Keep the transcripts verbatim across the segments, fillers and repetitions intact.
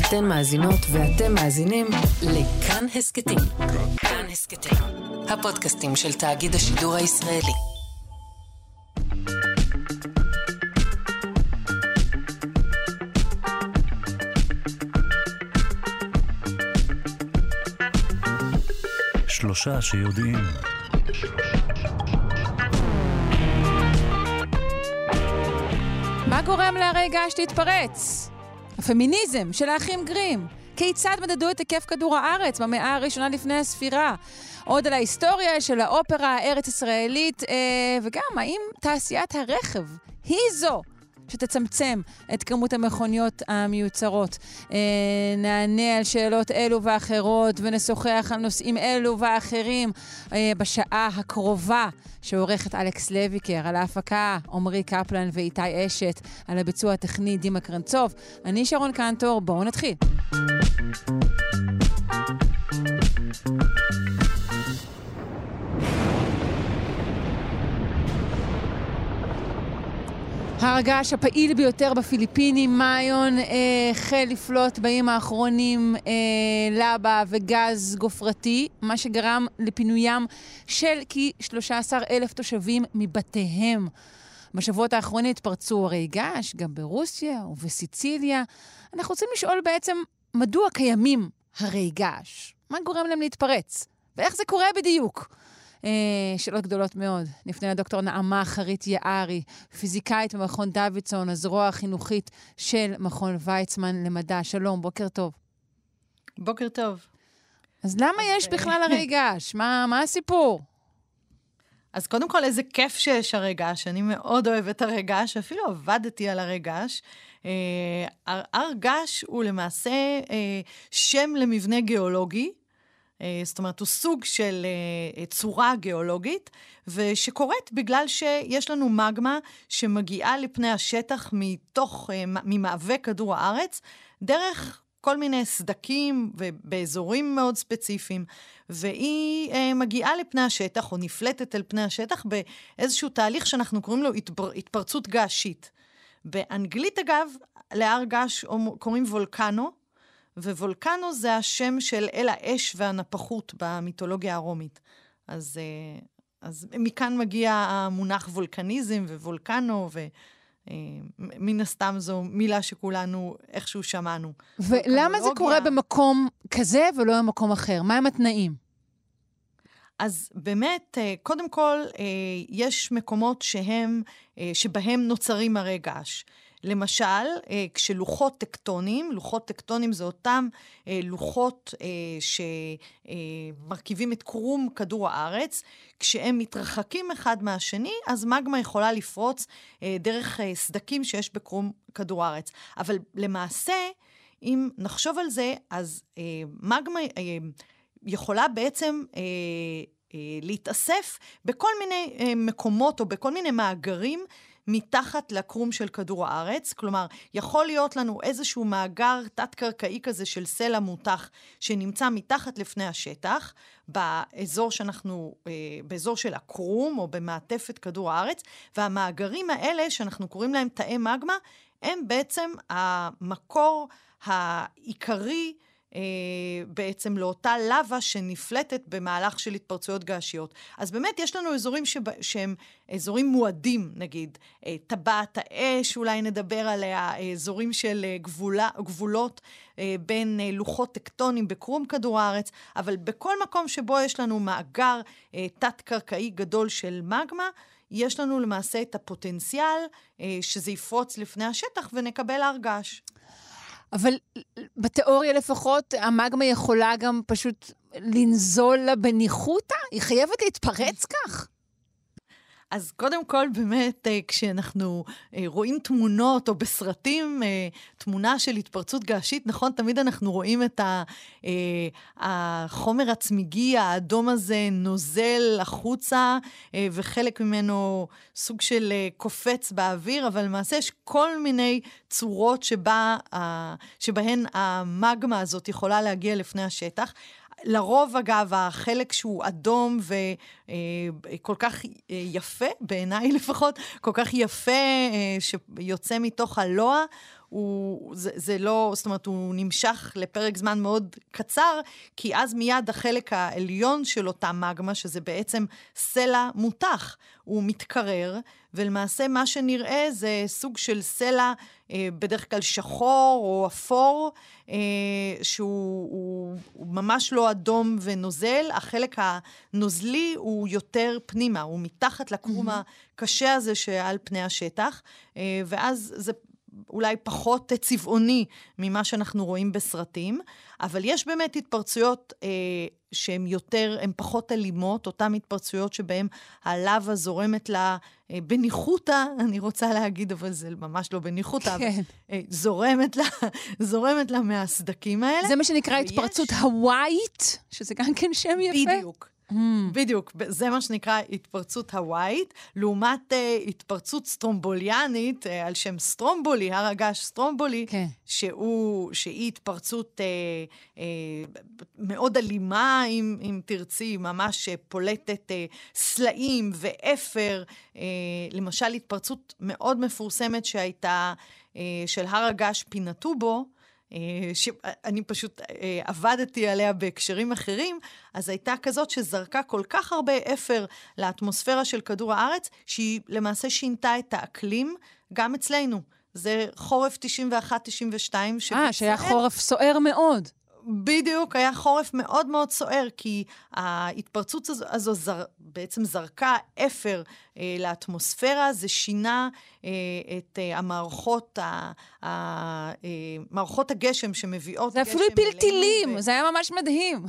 אתן מאזינות ואתם מאזינים לכאן הסקטים. כאן הסקטים, הפודקאסטים של תאגיד השידור הישראלי. שלושה שיודעים. מה גורם להרי געש להתפרץ? הפמיניזם של האחים גרים. כיצד מדדו את היקף כדור הארץ במאה הראשונה לפני הספירה? עוד על ההיסטוריה של האופרה הארץ ישראלית, אה, וגם האם תעשיית הרכב היא זו שתצמצם את כמות המכוניות המיוצרות. אה, נענה על שאלות אלו ואחרות ונשוחח על נושאים אלו ואחרים אה, בשעה הקרובה שעורכת אלכס לויקר, על ההפקה עומרי קפלן ואיתי אשת, על הביצוע הטכני דימה קרנצוב. אני שרון קנטור, בואו נתחיל. הר הגעש הפעיל ביותר בפיליפינים, מאיון, החל אה, לפלוט בימים האחרונים אה, לבה וגז גופרתי, מה שגרם לפינוים של כ-שלושה עשר אלף תושבים מבתיהם. בשבועות האחרונים התפרצו הרי געש, גם ברוסיה ובסיציליה. אנחנו רוצים לשאול בעצם, מדוע קיימים הרי געש? מה גורם להם להתפרץ? ואיך זה קורה בדיוק? שאלות גדולות מאוד. נפנה לדוקטור נעמה חרית יערי, פיזיקאית במכון דוידסון, הזרוע החינוכית של מכון ויצמן למדע. שלום, בוקר טוב. בוקר טוב. אז למה יש בכלל הרי געש? מה, מה הסיפור? אז קודם כל, איזה כיף שיש הרי געש. אני מאוד אוהבת הרי געש, אפילו עבדתי על הרי געש. הר געש הוא למעשה שם למבנה גיאולוגי, זאת אומרת, הוא סוג של צורה גיאולוגית, ושקורית בגלל שיש לנו מגמה שמגיעה לפני השטח מתוך, ממאבק כדור הארץ, דרך כל מיני סדקים ובאזורים מאוד ספציפיים, והיא מגיעה לפני השטח, או נפלטת אל פני השטח, באיזשהו תהליך שאנחנו קוראים לו התפר, התפרצות געשית. באנגלית, אגב, להר געש קוראים וולקנו, ווולקנו זה השם של אל האש והנפחות במיתולוגיה הרומית. אז, אז מכאן מגיע המונח וולקניזם וולקנו, ומן הסתם זו מילה שכולנו איכשהו שמענו. ולמה זה קורה במקום כזה ולא במקום אחר? מה הם התנאים? אז באמת, קודם כל, יש מקומות שהם, שבהם נוצרים הרי געש. למשל, כשלוחות טקטונים, לוחות טקטונים זה אותם לוחות שמרכיבים את קרום כדור הארץ, כשהם מתרחקים אחד מהשני, אז מגמה יכולה לפרוץ דרך סדקים שיש בקרום כדור הארץ. אבל למעשה, אם נחשוב על זה, אז מגמה יכולה בעצם להתאסף בכל מיני מקומות או בכל מיני מאגרים, מתחת לקרום של כדור הארץ, כלומר, יכול להיות לנו איזשהו מאגר תת-קרקעי כזה של סלע מותח, שנמצא מתחת לפני השטח, באזור שאנחנו, באזור של הקרום, או במעטפת כדור הארץ, והמאגרים האלה, שאנחנו קוראים להם תאי מגמה, הם בעצם המקור העיקרי, בעצם לאותה לבה שנפלטת במהלך של התפרצויות געשיות. אז באמת יש לנו אזורים שבא, שהם אזורים מועדים, נגיד, טבעת האש, אולי נדבר עליה, אזורים של גבולה, גבולות בין לוחות טקטונים בקרום כדור הארץ, אבל בכל מקום שבו יש לנו מאגר תת-קרקעי גדול של מגמה, יש לנו למעשה את הפוטנציאל שזה יפרוץ לפני השטח ונקבל הר געש. אבל בתיאוריה לפחות, המגמה יכולה גם פשוט לנזול לה בניחותה? היא חייבת להתפרץ כך? אז קודם כל, באמת, כשאנחנו רואים תמונות או בסרטים, תמונה של התפרצות געשית, נכון, תמיד אנחנו רואים את החומר הצמיגי, האדום הזה נוזל החוצה, וחלק ממנו סוג של קופץ באוויר, אבל למעשה יש כל מיני צורות שבה, שבהן המגמה הזאת יכולה להגיע לפני השטח. לרוב, אגב, החלק שהוא אדום וכל כך יפה, בעיניי לפחות, כל כך יפה שיוצא מתוך הלוע, הוא, זה, זה לא, זאת אומרת, הוא נמשך לפרק זמן מאוד קצר, כי אז מיד החלק העליון של אותה מגמה, שזה בעצם סלע מותח, הוא מתקרר, ולמעשה מה שנראה זה סוג של סלע, אה, בדרך כלל שחור או אפור, אה, שהוא הוא, הוא ממש לא אדום ונוזל, החלק הנוזלי הוא יותר פנימה, הוא מתחת לקרום הקשה הזה שעל פני השטח, אה, ואז זה אולי פחות צבעוני ממה שאנחנו רואים בסרטים, אבל יש באמת התפרצויות אה, שהן יותר, הן פחות אלימות, אותן התפרצויות שבהן הלאווה זורמת לה אה, בניחותה, אני רוצה להגיד, אבל זה ממש לא בניחותה, כן. אבל, אה, זורמת לה, זורמת לה מהסדקים האלה. זה מה שנקרא ויש... התפרצות הווייט, שזה גם כן שם יפה. בדיוק. Mm. בדיוק, זה מה שנקרא התפרצות הווייט, לעומת uh, התפרצות סטרומבוליאנית, uh, על שם סטרומבולי, הר הגעש סטרומבולי, okay. שהוא, שהיא התפרצות uh, uh, מאוד אלימה, אם, אם תרצי, ממש uh, פולטת uh, סלעים ואפר, uh, למשל התפרצות מאוד מפורסמת שהייתה uh, של הר הגעש פינטובו, שאני פשוט עבדתי עליה בהקשרים אחרים, אז הייתה כזאת שזרקה כל כך הרבה אפר לאטמוספירה של כדור הארץ, שהיא למעשה שינתה את האקלים גם אצלנו. זה חורף תשעים ואחת תשעים ושתיים. אה, שהיה חורף סוער מאוד. בדיוק, היה חורף מאוד מאוד סוער, כי ההתפרצות הזו, הזו זר, בעצם זרקה אפר אה, לאטמוספירה, זה שינה אה, את אה, המערכות, ה, ה, אה, מערכות הגשם שמביאות זה גשם. זה אפילו הפיל טילים, ו... זה היה ממש מדהים.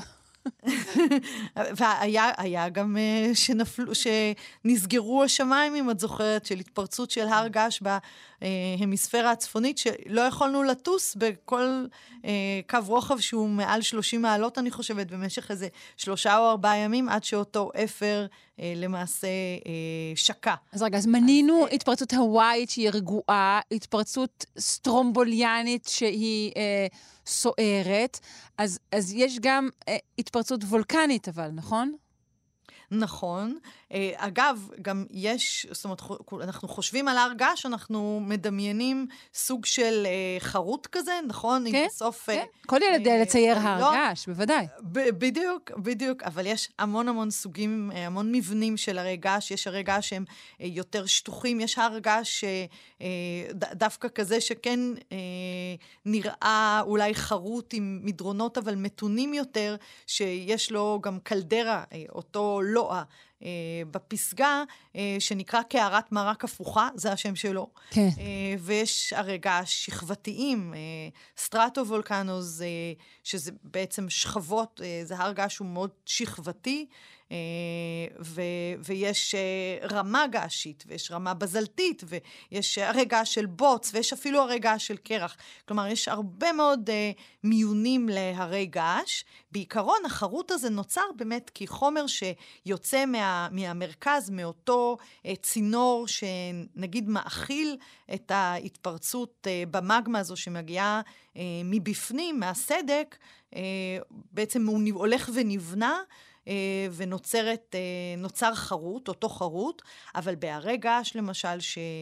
והיה היה גם uh, שנפלו, שנסגרו השמיים, אם את זוכרת, של התפרצות של הר געש בהמיספירה הצפונית, שלא יכולנו לטוס בכל uh, קו רוחב שהוא מעל שלושים מעלות, אני חושבת, במשך איזה שלושה או ארבעה ימים, עד שאותו אפר uh, למעשה uh, שקע. אז רגע, אז מנינו אז, התפרצות הווייט שהיא רגועה, התפרצות סטרומבוליאנית שהיא... Uh, סוערת, אז, אז יש גם אה, התפרצות וולקנית, אבל, נכון? נכון. אה, אגב, גם יש, זאת אומרת, אנחנו חושבים על הר געש, אנחנו מדמיינים סוג של אה, חרוט כזה, נכון? כן, בסוף, כן. אה, כל ילד אה, לצייר הר לא, געש, בוודאי. ב- בדיוק, בדיוק, אבל יש המון המון סוגים, המון מבנים של הרי געש, יש הרי געש שהם אה, יותר שטוחים, יש הר געש אה, אה, ד- דווקא כזה שכן אה, נראה אולי חרוט עם מדרונות, אבל מתונים יותר, שיש לו גם קלדרה, אה, אותו לואה, Uh, בפסגה, uh, שנקרא קערת מרק הפוכה, זה השם שלו. כן. Uh, ויש הרי געש שכבתיים, uh, סטרטו-וולקנוז, uh, שזה בעצם שכבות, uh, זה הר געש הוא מאוד שכבתי, uh, ו- ויש uh, רמה געשית, ויש רמה בזלתית, ויש הרי געש של בוץ, ויש אפילו הרי געש של קרח. כלומר, יש הרבה מאוד uh, מיונים להרי געש. בעיקרון, החרוט הזה נוצר באמת כחומר שיוצא מה, מהמרכז, מאותו uh, צינור שנגיד מאכיל את ההתפרצות uh, במגמה הזו שמגיעה uh, מבפנים, מהסדק, uh, בעצם הוא הולך ונבנה, uh, ונוצרת, uh, נוצר חרוט, אותו חרוט, אבל בהרי געש למשל,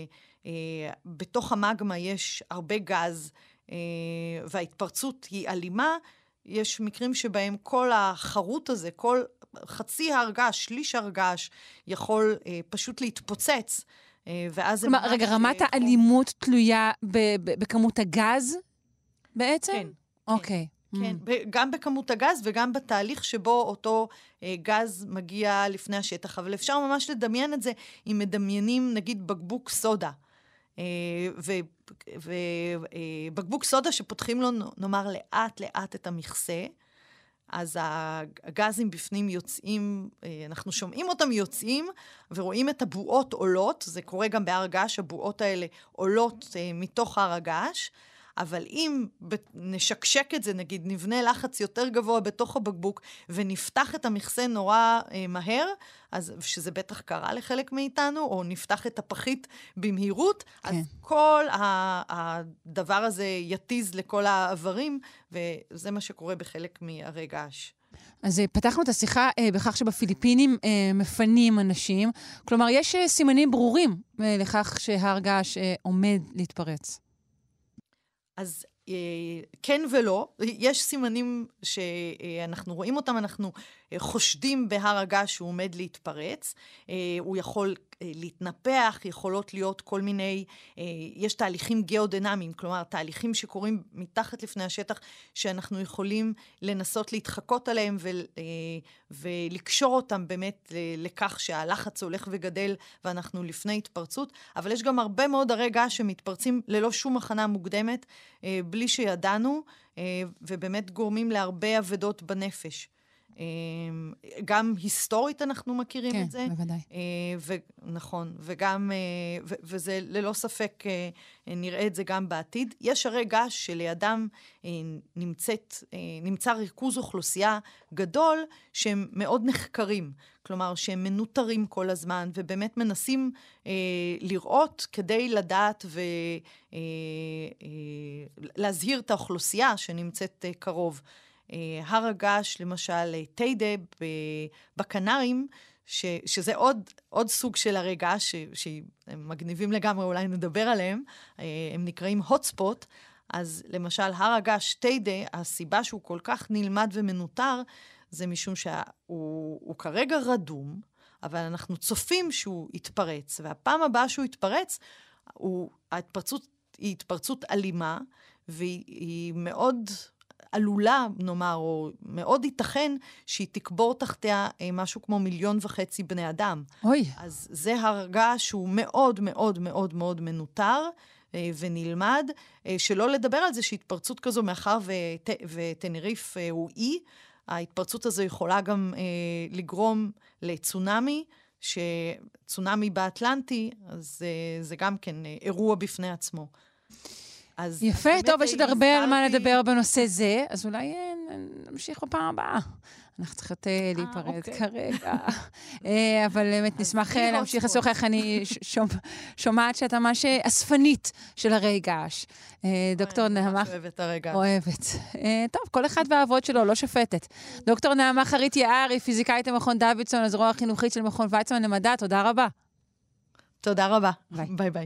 שבתוך uh, המגמה יש הרבה גז, uh, וההתפרצות היא אלימה, יש מקרים שבהם כל החרוט הזה, כל חצי הר געש, שליש הר געש, יכול אה, פשוט להתפוצץ. אה, ואז כלומר, רגע, רמת אה, האלימות תלויה ב- ב- בכמות הגז בעצם? כן. אוקיי. כן, כן. Mm. גם בכמות הגז וגם בתהליך שבו אותו אה, גז מגיע לפני השטח. אבל אפשר ממש לדמיין את זה אם מדמיינים, נגיד, בקבוק סודה. ובקבוק סודה שפותחים לו, נאמר, לאט לאט את המכסה, אז הגזים בפנים יוצאים, אנחנו שומעים אותם יוצאים, ורואים את הבועות עולות, זה קורה גם בהר געש, הבועות האלה עולות מתוך הר הגעש, אבל אם נשקשק את זה, נגיד, נבנה לחץ יותר גבוה בתוך הבקבוק, ונפתח את המכסה נורא אה, מהר, אז שזה בטח קרה לחלק מאיתנו, או נפתח את הפחית במהירות, כן. אז כל הדבר הזה יתיז לכל העברים, וזה מה שקורה בחלק מהרי געש. אז פתחנו את השיחה אה, בכך שבפיליפינים אה, מפנים אנשים, כלומר, יש אה, סימנים ברורים אה, לכך שהר געש אה, עומד להתפרץ. אז כן ולא, יש סימנים שאנחנו רואים אותם, אנחנו חושדים בהר הגעש שהוא עומד להתפרץ, הוא יכול להתנפח, יכולות להיות כל מיני, יש תהליכים גיאודינמיים, כלומר תהליכים שקורים מתחת לפני השטח, שאנחנו יכולים לנסות להתחקות עליהם ולקשור אותם באמת לכך שהלחץ הולך וגדל ואנחנו לפני התפרצות, אבל יש גם הרבה מאוד הרי געש שמתפרצים ללא שום הכנה מוקדמת, בלי שידענו, ובאמת גורמים להרבה עבדות בנפש. גם היסטורית אנחנו מכירים כן, את זה. כן, בוודאי. ו, נכון, וגם, ו, וזה ללא ספק נראה את זה גם בעתיד. יש הרי געש שלידם נמצאת, נמצא ריכוז אוכלוסייה גדול שהם מאוד נחקרים. כלומר, שהם מנוטרים כל הזמן, ובאמת מנסים אה, לראות כדי לדעת ולהזהיר אה, אה, את האוכלוסייה שנמצאת אה, קרוב. אה, הר הגעש, למשל, טיידה בקנרים, ש, שזה עוד, עוד סוג של הרי געש, שהם מגניבים לגמרי, אולי נדבר עליהם, אה, הם נקראים hotspot, אז למשל, הר הגעש טיידה, הסיבה שהוא כל כך נלמד ומנוטר, זה משום שהוא הוא כרגע רדום, אבל אנחנו צופים שהוא יתפרץ, והפעם הבאה שהוא יתפרץ, הוא, ההתפרצות היא התפרצות אלימה, והיא מאוד עלולה, נאמר, או מאוד ייתכן שהיא תקבור תחתיה משהו כמו מיליון וחצי בני אדם. אוי. אז זה הר געש שהוא מאוד מאוד מאוד מאוד מנוטר, ונלמד, שלא לדבר על זה שהתפרצות כזו, מאחר וט, וטנריף הוא אי, ההתפרצות הזו יכולה גם אה, לגרום לצונמי, שצונמי באטלנטי, אז אה, זה גם כן אה, אירוע בפני עצמו. אז, יפה, אז טוב, יש עוד הרבה הזכרתי... על מה לדבר בנושא זה, אז אולי אה, נמשיך בפעם הבאה. אנחנו צריכות להיפרד כרגע. אבל באמת נשמח להמשיך לשוחח. אני שומעת שאת ממש אספנית של הרי געש. דוקטור נעמה... אני ממש אוהבת הרי געש. אוהבת. טוב, כל אחד והעבוד שלו, לא שופטת. דוקטור נעמה חרית יער, היא פיזיקאית המכון דוידסון, הזרוע החינוכית של מכון ויצמן למדע. תודה רבה. תודה רבה. ביי. ביי ביי.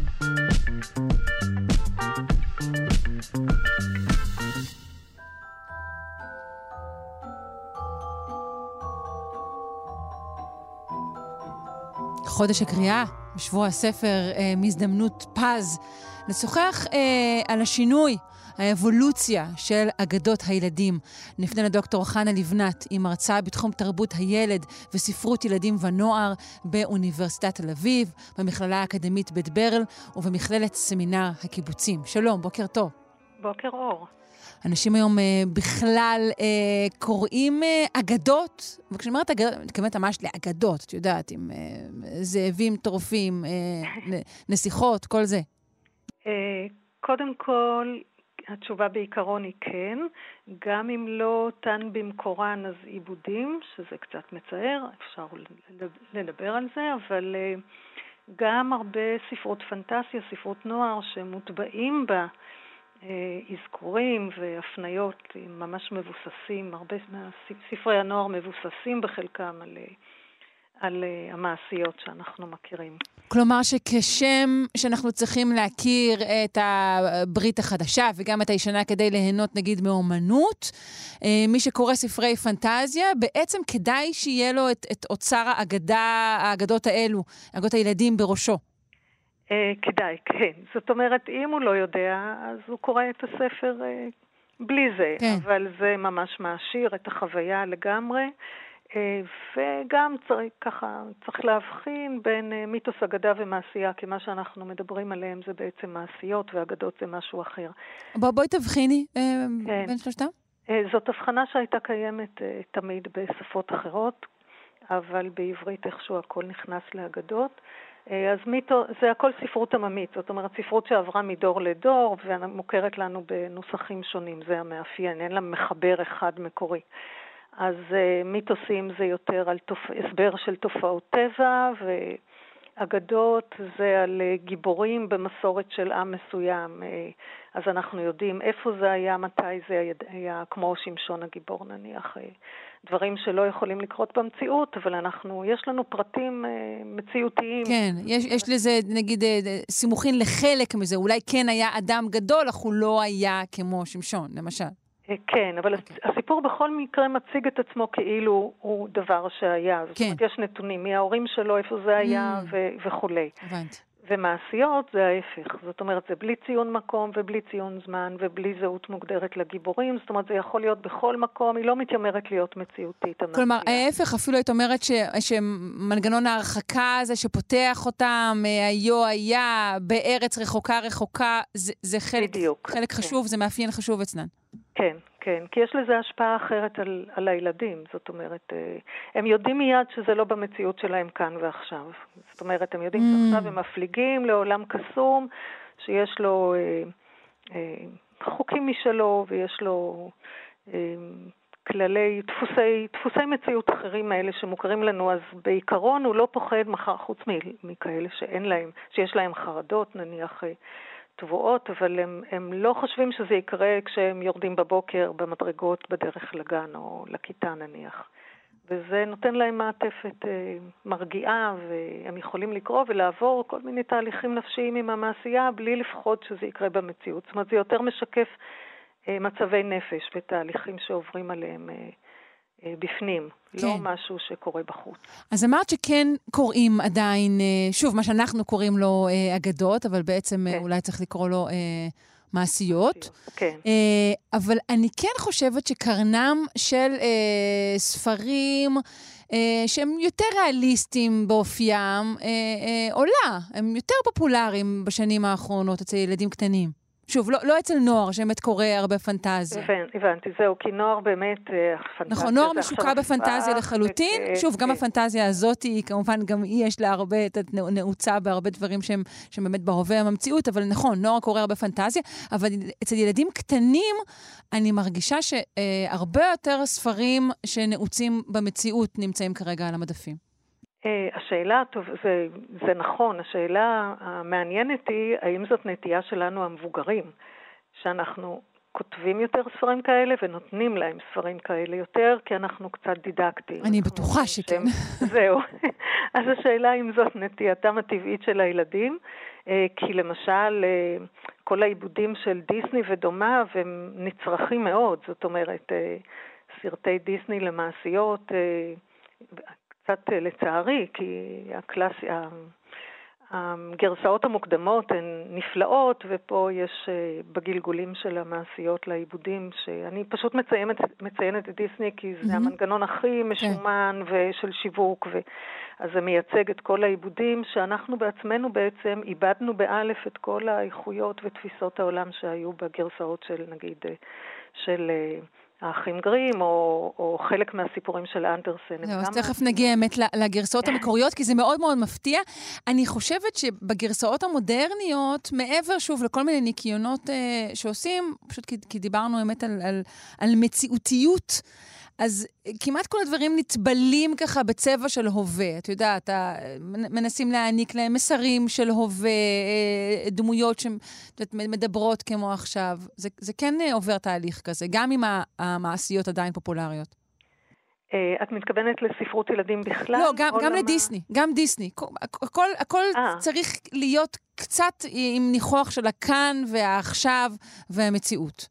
חודש הקריאה, בשבוע הספר, אה, מזדמנות פז, לשוחח אה, על השינוי, האבולוציה של אגדות הילדים. נפנה לדוקטור חנה לבנת, היא מרצה בתחום תרבות הילד וספרות ילדים ונוער באוניברסיטת תל אביב, במכללה האקדמית בית ברל ובמכללת סמינר הקיבוצים. שלום, בוקר טוב. בוקר אור. אנשים היום אה, בכלל אה, קוראים אה, אגדות, וכשאני אומרת אגדות, אני מתכוונת ממש לאגדות, את יודעת, עם אה, זאבים טורפים, אה, נסיכות, כל זה. אה, קודם כל, התשובה בעיקרון היא כן, גם אם לא תן במקורן אז עיבודים, שזה קצת מצער, אפשר לדבר על זה, אבל אה, גם הרבה ספרות פנטסיה, ספרות נוער שמוטבעים בה, אזכורים והפניות ממש מבוססים, הרבה ספרי הנוער מבוססים בחלקם על, על המעשיות שאנחנו מכירים. כלומר שכשם שאנחנו צריכים להכיר את הברית החדשה וגם את הישנה כדי ליהנות נגיד מאומנות, מי שקורא ספרי פנטזיה, בעצם כדאי שיהיה לו את, את אוצר האגדה, האגדות האלו, אגדות הילדים בראשו. כדאי, כן. זאת אומרת, אם הוא לא יודע, אז הוא קורא את הספר בלי זה. כן. אבל זה ממש מעשיר את החוויה לגמרי. וגם צריך, ככה, צריך להבחין בין מיתוס אגדה ומעשייה, כי מה שאנחנו מדברים עליהם זה בעצם מעשיות, ואגדות זה משהו אחר. בוא, בואי תבחיני כן. בין שלושתם. זאת הבחנה שהייתה קיימת תמיד בשפות אחרות, אבל בעברית איכשהו הכל נכנס לאגדות. אז מיתו, זה הכל ספרות עממית, זאת אומרת ספרות שעברה מדור לדור ומוכרת לנו בנוסחים שונים, זה המאפיין, אין לה מחבר אחד מקורי. אז מיתוסים זה יותר על תופ... הסבר של תופעות טבע, אגדות זה על גיבורים במסורת של עם מסוים, אז אנחנו יודעים איפה זה היה, מתי זה היה, כמו שמשון הגיבור נניח, דברים שלא יכולים לקרות במציאות, אבל אנחנו, יש לנו פרטים מציאותיים. כן, יש, יש לזה, נגיד, סימוכין לחלק מזה, אולי כן היה אדם גדול, אך הוא לא היה כמו שמשון, למשל. כן, אבל okay. הסיפור בכל מקרה מציג את עצמו כאילו הוא דבר שהיה. זאת אומרת, יש נתונים מההורים שלו, איפה זה היה mm. ו- וכולי. הבנתי. ומעשיות זה ההפך. זאת אומרת, זה בלי ציון מקום ובלי ציון זמן ובלי זהות מוגדרת לגיבורים. זאת אומרת, זה יכול להיות בכל מקום, היא לא מתיימרת להיות מציאותית. כלומר, ההפך, אפילו היית אומרת ש- שמנגנון ההרחקה הזה שפותח אותם, היו היה, בארץ רחוקה רחוקה, זה, זה חלק, בדיוק, חלק כן. חשוב, זה מאפיין חשוב אצלן. כן, כן, כי יש לזה השפעה אחרת על, על הילדים, זאת אומרת, הם יודעים מיד שזה לא במציאות שלהם כאן ועכשיו. זאת אומרת, הם יודעים mm. שעכשיו הם מפליגים לעולם קסום, שיש לו אה, אה, חוקים משלו, ויש לו אה, כללי, דפוסי, דפוסי מציאות אחרים האלה שמוכרים לנו, אז בעיקרון הוא לא פוחד מחר, חוץ מכאלה שאין להם, שיש להם חרדות, נניח, אה, תבואות, אבל הם, הם לא חושבים שזה יקרה כשהם יורדים בבוקר במדרגות בדרך לגן או לכיתה נניח. וזה נותן להם מעטפת אה, מרגיעה, והם יכולים לקרוא ולעבור כל מיני תהליכים נפשיים עם המעשייה בלי לפחוד שזה יקרה במציאות. זאת אומרת, זה יותר משקף אה, מצבי נפש ותהליכים שעוברים עליהם אה, אה, בפנים, כן. לא משהו שקורה בחוץ. אז אמרת שכן קוראים עדיין, שוב, מה שאנחנו קוראים לו אה, אגדות, אבל בעצם כן. אולי צריך לקרוא לו אה, מעשיות. כן. אה, אבל אני כן חושבת שקרנם של אה, ספרים אה, שהם יותר ריאליסטיים באופיים, אה, אה, עולה. הם יותר פופולריים בשנים האחרונות אצל ילדים קטנים. שוב, לא, לא אצל נוער, שבאמת קורא הרבה פנטזיה. הבנתי, זהו, כי נוער באמת... נכון, נוער משוקע בפנטזיה לחלוטין. שוב, גם הפנטזיה הזאת, כמובן, גם היא יש לה הרבה, את נעוצה בהרבה דברים שהם, שהם באמת בהווה המציאות, אבל נכון, נוער קורא הרבה פנטזיה, אבל אצל ילדים קטנים, אני מרגישה שהרבה יותר ספרים שנעוצים במציאות נמצאים כרגע על המדפים. השאלה, טוב, זה, זה נכון, השאלה המעניינת היא, האם זאת נטייה שלנו המבוגרים, שאנחנו כותבים יותר ספרים כאלה ונותנים להם ספרים כאלה יותר, כי אנחנו קצת דידקטיים. אני בטוחה שכן. זהו. אז השאלה אם זאת נטייתם הטבעית של הילדים, כי למשל, כל העיבודים של דיסני ודומיו הם נצרכים מאוד, זאת אומרת, סרטי דיסני למעשיות, קצת לצערי, כי הקלאסי, הגרסאות המוקדמות הן נפלאות, ופה יש בגלגולים של המעשיות לעיבודים, שאני פשוט מציינת, מציינת את דיסני, כי זה mm-hmm. המנגנון הכי משומן ושל שיווק, ו... אז זה מייצג את כל העיבודים, שאנחנו בעצמנו בעצם איבדנו באלף את כל האיכויות ותפיסות העולם שהיו בגרסאות של, נגיד, של... האחים גרים, או, או חלק מהסיפורים של אנדרסן. זהו, אז תכף נגיע אמת לגרסאות המקוריות, כי זה מאוד מאוד מפתיע. אני חושבת שבגרסאות המודרניות, מעבר שוב לכל מיני ניקיונות אה, שעושים, פשוט כי, כי דיברנו אמת על, על, על מציאותיות, אז כמעט כל הדברים נטבלים ככה בצבע של הווה. אתה יודע, אתה מנסים להעניק להם מסרים של הווה, דמויות שמדברות כמו עכשיו. זה, זה כן עובר תהליך כזה, גם אם המעשיות עדיין פופולריות. את מתכוונת לספרות ילדים בכלל? לא, גם, גם לדיסני, גם דיסני. הכל, הכל צריך להיות קצת עם ניחוח של הכאן והעכשיו והמציאות.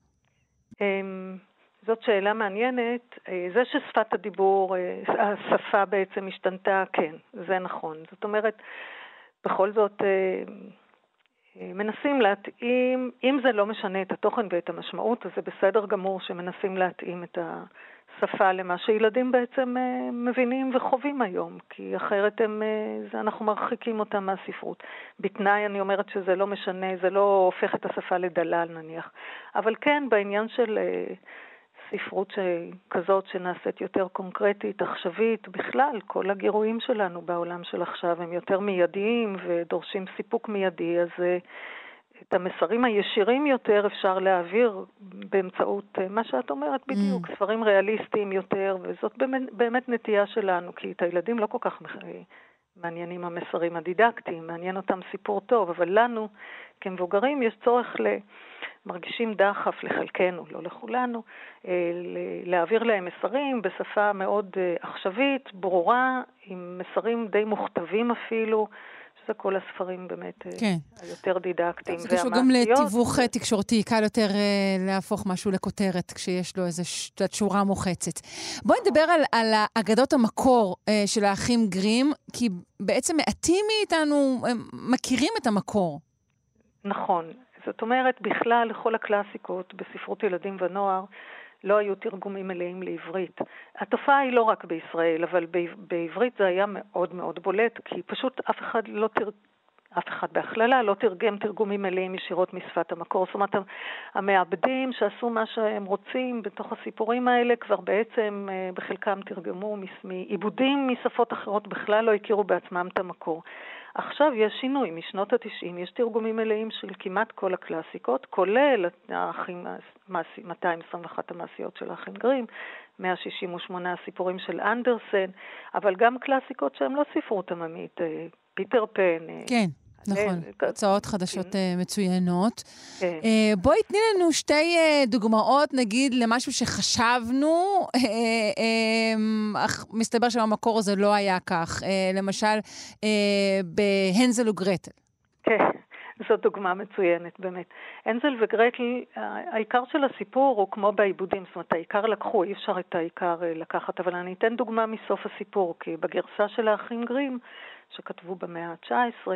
זאת שאלה מעניינת. זה ששפת הדיבור, השפה בעצם השתנתה, כן, זה נכון. זאת אומרת, בכל זאת מנסים להתאים, אם זה לא משנה את התוכן ואת המשמעות, אז זה בסדר גמור שמנסים להתאים את השפה למה שילדים בעצם מבינים וחווים היום, כי אחרת הם, זה, אנחנו מרחיקים אותם מהספרות. בתנאי אני אומרת שזה לא משנה, זה לא הופך את השפה לדלל נניח. אבל כן, בעניין של ספרות כזאת שנעשית יותר קונקרטית, עכשווית, בכלל, כל הגירויים שלנו בעולם של עכשיו הם יותר מיידיים ודורשים סיפוק מיידי, אז את המסרים הישירים יותר אפשר להעביר באמצעות מה שאת אומרת בדיוק, mm. ספרים ריאליסטיים יותר, וזאת באמת, באמת נטייה שלנו, כי את הילדים לא כל כך מעניינים המסרים הדידקטיים, מעניין אותם סיפור טוב, אבל לנו, כמבוגרים, יש צורך ל... מרגישים דחף לחלקנו, לא לכולנו, להעביר להם מסרים בשפה מאוד עכשווית, ברורה, עם מסרים די מוכתבים אפילו, שזה כל הספרים באמת כן. היותר דידקטיים והמעשיות. זה קשור גם לתיווך תקשורתי, קל יותר להפוך משהו לכותרת, כשיש לו איזו שורה מוחצת. בואי נדבר על, על אגדות המקור של האחים גרים, כי בעצם מעטים מאיתנו מכירים את המקור. נכון. זאת אומרת, בכלל, לכל הקלאסיקות בספרות ילדים ונוער, לא היו תרגומים מלאים לעברית. התופעה היא לא רק בישראל, אבל בעברית זה היה מאוד מאוד בולט, כי פשוט אף אחד לא תרגם, אף אחד בהכללה לא תרגם תרגומים מלאים ישירות משפת המקור. זאת אומרת, המעבדים שעשו מה שהם רוצים בתוך הסיפורים האלה, כבר בעצם בחלקם תרגמו מעיבודים משפות אחרות, בכלל לא הכירו בעצמם את המקור. עכשיו יש שינוי, משנות ה-תשעים יש תרגומים מלאים של כמעט כל הקלאסיקות, כולל האחים, מאתיים עשרים ואחת המעשיות של האחים גרים, מאה שישים ושמונה הסיפורים של אנדרסן, אבל גם קלאסיקות שהן לא ספרות עממית, פיטר פן. כן, נכון, הצעות חדשות מצוינות. בואי תני לנו שתי דוגמאות, נגיד, למשהו שחשבנו, אך מסתבר שהמקור הזה לא היה כך. למשל, בהנזל וגרטל. כן. זו דוגמה מצוינת, באמת. הנזל וגרטל, העיקר של הסיפור הוא כמו בעיבודים, זאת אומרת, העיקר לקחו, אי אפשר את העיקר לקחת, אבל אני אתן דוגמה מסוף הסיפור, כי בגרסה של האחים גרים, שכתבו במאה ה-תשע עשרה,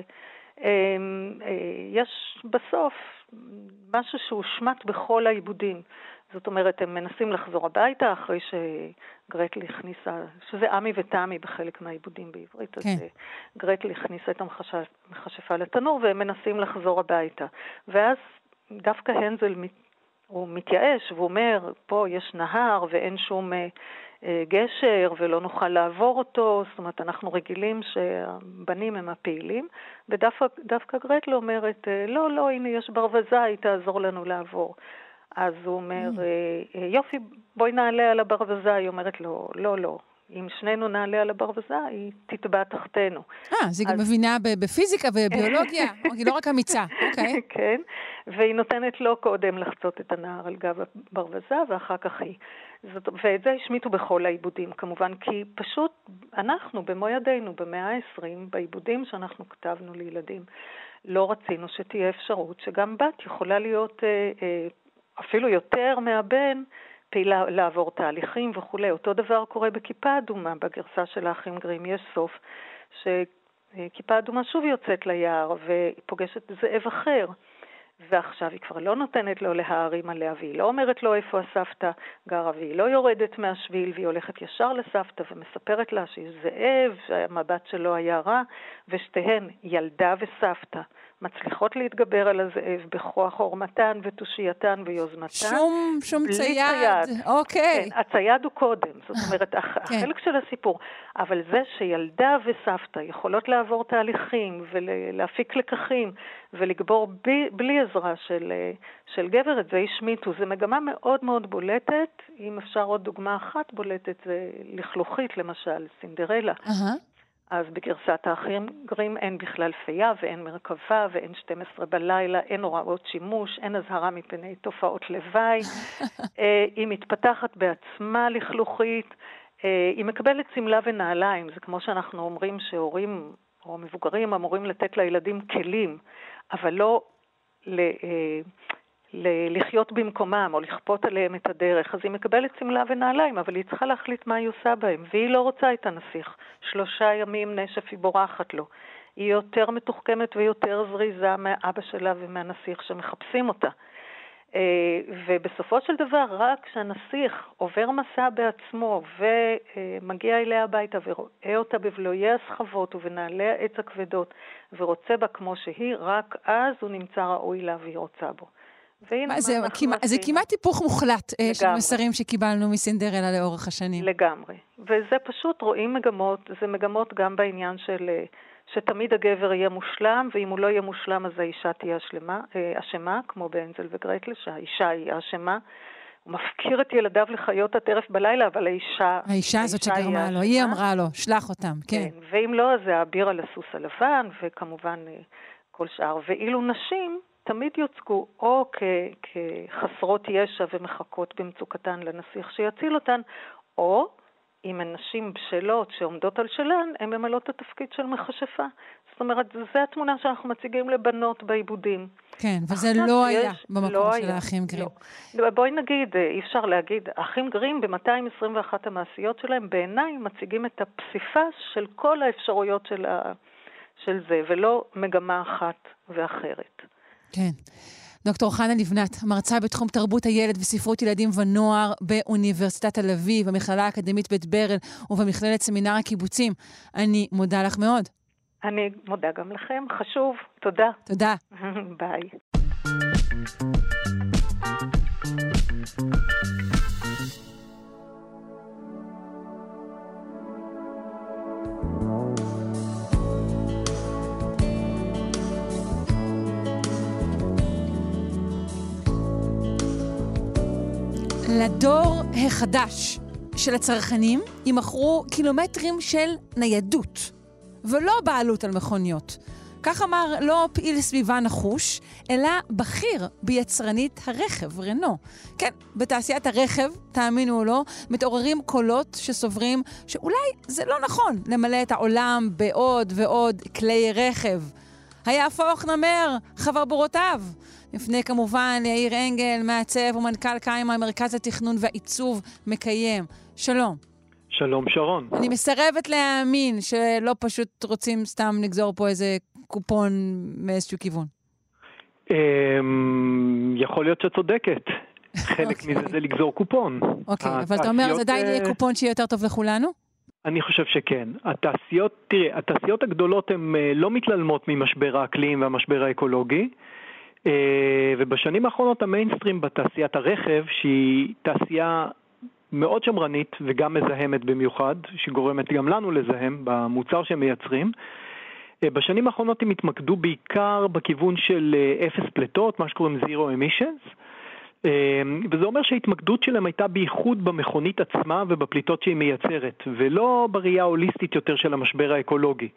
יש בסוף משהו שהוא שמט בכל העיבודים. זאת אומרת, הם מנסים לחזור הביתה אחרי שגרטל הכניסה, שזה אמי ותמי בחלק מהעיבודים בעברית, כן. אז גרטל הכניסה את המכשפה לתנור, והם מנסים לחזור הביתה. ואז דווקא הנזל הוא מתייאש, והוא אומר, פה יש נהר ואין שום גשר ולא נוכל לעבור אותו, זאת אומרת, אנחנו רגילים שהבנים הם הפעילים, ודווקא גרטל אומרת, לא, לא, הנה יש ברווזה, היא תעזור לנו לעבור. אז הוא אומר, יופי, בואי נעלה על הברווזה. היא אומרת לו, לא, לא. אם שנינו נעלה על הברווזה, היא תטבע תחתנו. אה, אז היא גם מבינה בפיזיקה וביולוגיה, היא לא רק אמיצה, אוקיי. כן, והיא נותנת לו קודם לחצות את הנהר על גב הברווזה, ואחר כך היא. ואת זה השמיטו בכל העיבודים, כמובן, כי פשוט אנחנו, במו ידינו, במאה ה-עשרים, בעיבודים שאנחנו כתבנו לילדים, לא רצינו שתהיה אפשרות שגם בת יכולה להיות אפילו יותר מהבן, פעילה לעבור תהליכים וכו'. אותו דבר קורה בכיפה אדומה, בגרסה של האחים גרים יש סוף, שכיפה אדומה שוב יוצאת ליער ופוגשת זאב אחר, ועכשיו היא כבר לא נותנת לו להערים עליה, והיא לא אומרת לו איפה הסבתא גרה, והיא לא יורדת מהשביל, והיא הולכת ישר לסבתא ומספרת לה שיש זאב, שהמבט שלו היה רע, ושתיהן, ילדה וסבתא, מצליחות להתגבר על הזאב בכוח עורמתן ותושייתן ויוזמתן. שום, שום צייד. אוקיי. כן, הצייד הוא קודם, זאת אומרת, החלק של הסיפור. אבל זה שילדה וסבתא יכולות לעבור תהליכים ולהפיק לקחים ולגבור ב, בלי עזרה של, של גבר, את זה השמיטו. זה מגמה מאוד מאוד בולטת. אם אפשר עוד דוגמה אחת בולטת, זה לכלוכית, למשל, סינדרלה. אהה. אז בגרסת האחים גרים אין בכלל פייה ואין מרכבה ואין שתים עשרה בלילה, אין הוראות שימוש, אין הזהרה מפני תופעות לוואי. היא מתפתחת בעצמה לכלוכית, היא מקבלת סמלה ונעליים, זה כמו שאנחנו אומרים שהורים או מבוגרים אמורים לתת לילדים כלים, אבל לא ל... לחיות במקומם או לכפות עליהם את הדרך. אז היא מקבלת סמלה ונעליים, אבל היא צריכה להחליט מה היא עושה בהם, והיא לא רוצה את הנסיך. שלושה ימים נשף היא בורחת לו. היא יותר מתוחכמת ויותר זריזה מאבא שלה ומהנסיך שמחפשים אותה. ובסופו של דבר, רק כשהנסיך עובר מסע בעצמו ומגיע אליה הביתה ורואה אותה בבלויי הסחבות ובנעלי העץ הכבדות ורוצה בה כמו שהיא, רק אז הוא נמצא ראוי לה והיא רוצה בו. מה, זה, כמעט, זה כמעט היפוך מוחלט לגמרי. של מסרים שקיבלנו מסינדרלה לאורך השנים. לגמרי. וזה פשוט רואים מגמות, זה מגמות גם בעניין של שתמיד הגבר יהיה מושלם, ואם הוא לא יהיה מושלם אז האישה תהיה אשמה, אשמה, כמו בהנזל וגרטל, שהאישה היא אשמה, הוא מפקיר את ילדיו לחיות הטרף בלילה, אבל האישה... האישה הזאת שגרמה לו, היא אמרה לו, שלח אותם, כן. כן. ואם לא, אז זה האביר על הסוס הלבן, וכמובן כל שאר. ואילו נשים תמיד יוצגו או כ- כחסרות ישע ומחכות במצוקתן לנסיך שיציל אותן, או אם הן נשים בשלות שעומדות על שלן, הן ממלאות את התפקיד של מכשפה. זאת אומרת, זו התמונה שאנחנו מציגים לבנות בעיבודים. כן, וזה לא היה במקום לא של היה. האחים גרים. לא. בואי נגיד, אי אפשר להגיד, האחים גרים ב-מאתיים עשרים ואחת המעשיות שלהם, בעיניי מציגים את הפסיפס של כל האפשרויות של, ה... של זה, ולא מגמה אחת ואחרת. כן. דוקטור חנה לבנת, מרצה בתחום תרבות הילד וספרות ילדים ונוער באוניברסיטת תל אביב, במכללה האקדמית בית ברל ובמכללת סמינר הקיבוצים. אני מודה לך מאוד. אני מודה גם לכם, חשוב. תודה. תודה. ביי. לדור החדש של הצרכנים ימכרו קילומטרים של ניידות, ולא בעלות על מכוניות. כך אמר לא פעיל סביבה נחוש, אלא בכיר ביצרנית הרכב, רנו. כן, בתעשיית הרכב, תאמינו או לא, מתעוררים קולות שסוברים שאולי זה לא נכון למלא את העולם בעוד ועוד כלי רכב. היהפוך נמר, חברבורותיו. לפני כמובן ליאיר אנגל, מעצב ומנכ"ל קיימה, מרכז התכנון והעיצוב מקיים. שלום. שלום שרון. אני מסרבת להאמין שלא פשוט רוצים סתם לגזור פה איזה קופון מאיזשהו כיוון. יכול להיות שצודקת. חלק מזה זה לגזור קופון. אוקיי, אבל אתה אומר, זה עדיין יהיה קופון שיהיה יותר טוב לכולנו? אני חושב שכן. התעשיות, תראה, התעשיות הגדולות הן לא מתללמות ממשבר האקלים והמשבר האקולוגי, ובשנים האחרונות המיינסטרים בתעשיית הרכב, שהיא תעשייה מאוד שמרנית וגם מזהמת במיוחד, שגורמת גם לנו לזהם במוצר שהם מייצרים, בשנים האחרונות הם התמקדו בעיקר בכיוון של אפס פלטות, מה שקוראים Zero Emissions, וזה אומר שההתמקדות שלהם הייתה בייחוד במכונית עצמה ובפליטות שהיא מייצרת, ולא בראייה הוליסטית יותר של המשבר האקולוגי,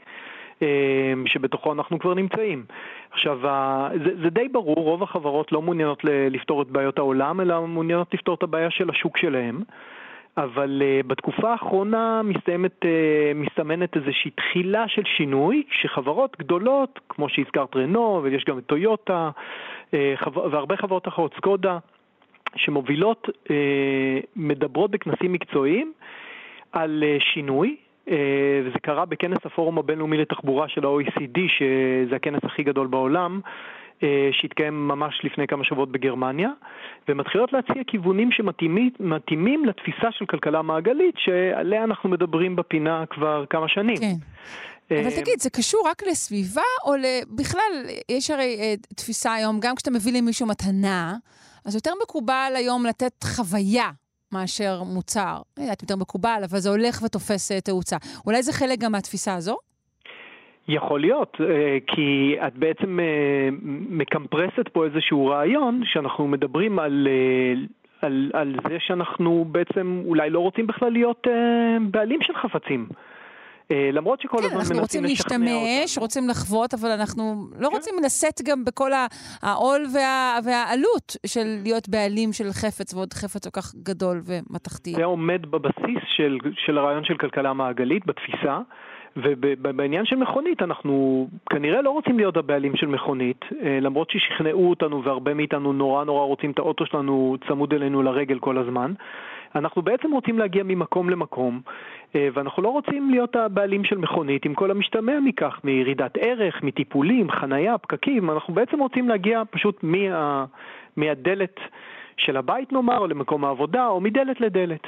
שבתוכו אנחנו כבר נמצאים. עכשיו, זה, זה די ברור, רוב החברות לא מעוניינות לפתור את בעיות העולם, אלא מעוניינות לפתור את הבעיה של השוק שלהם. אבל uh, בתקופה האחרונה מסתיימת, uh, מסתמנת איזושהי תחילה של שינוי, שחברות גדולות, כמו שהזכרת רנו, ויש גם את טויוטה, uh, חבר, והרבה חברות אחרות, סקודה, שמובילות, uh, מדברות בכנסים מקצועיים על uh, שינוי, uh, וזה קרה בכנס הפורום הבינלאומי לתחבורה של ה-או אי סי די, שזה הכנס הכי גדול בעולם, שהתקיים ממש לפני כמה שבועות בגרמניה, ומתחילות להציע כיוונים שמתאימים לתפיסה של כלכלה מעגלית, שעליה אנחנו מדברים בפינה כבר כמה שנים. כן. אבל תגיד, זה קשור רק לסביבה, או בכלל, יש הרי תפיסה היום, גם כשאתה מביא למישהו מתנה, אז יותר מקובל היום לתת חוויה מאשר מוצר. לא יודעת, יותר מקובל, אבל זה הולך ותופס תאוצה. אולי זה חלק גם מהתפיסה הזו? יכול להיות, כי את בעצם מקמפרסת פה איזשהו רעיון שאנחנו מדברים על, על, על זה שאנחנו בעצם אולי לא רוצים בכלל להיות בעלים של חפצים. למרות שכל הזמן אנחנו רוצים להשתמש, רוצים לחוות, אבל אנחנו לא רוצים לשאת גם בכל העול והעלות של להיות בעלים של חפץ, ועוד חפץ כל כך גדול ומתחתי. זה עומד בבסיס של, של הרעיון של כלכלה מעגלית, בתפיסה, ובעניין של מכונית, אנחנו כנראה לא רוצים להיות הבעלים של מכונית, למרות ששכנעו אותנו והרבה מאיתנו נורא נורא רוצים את האוטו שלנו צמוד אלינו לרגל כל הזמן. אנחנו בעצם רוצים להגיע ממקום למקום, ואנחנו לא רוצים להיות הבעלים של מכונית עם כל המשתמע מכך, מירידת ערך, מטיפולים, חנייה, פקקים. אנחנו בעצם רוצים להגיע פשוט מה, מהדלת של הבית נאמר, או למקום העבודה, או מדלת לדלת.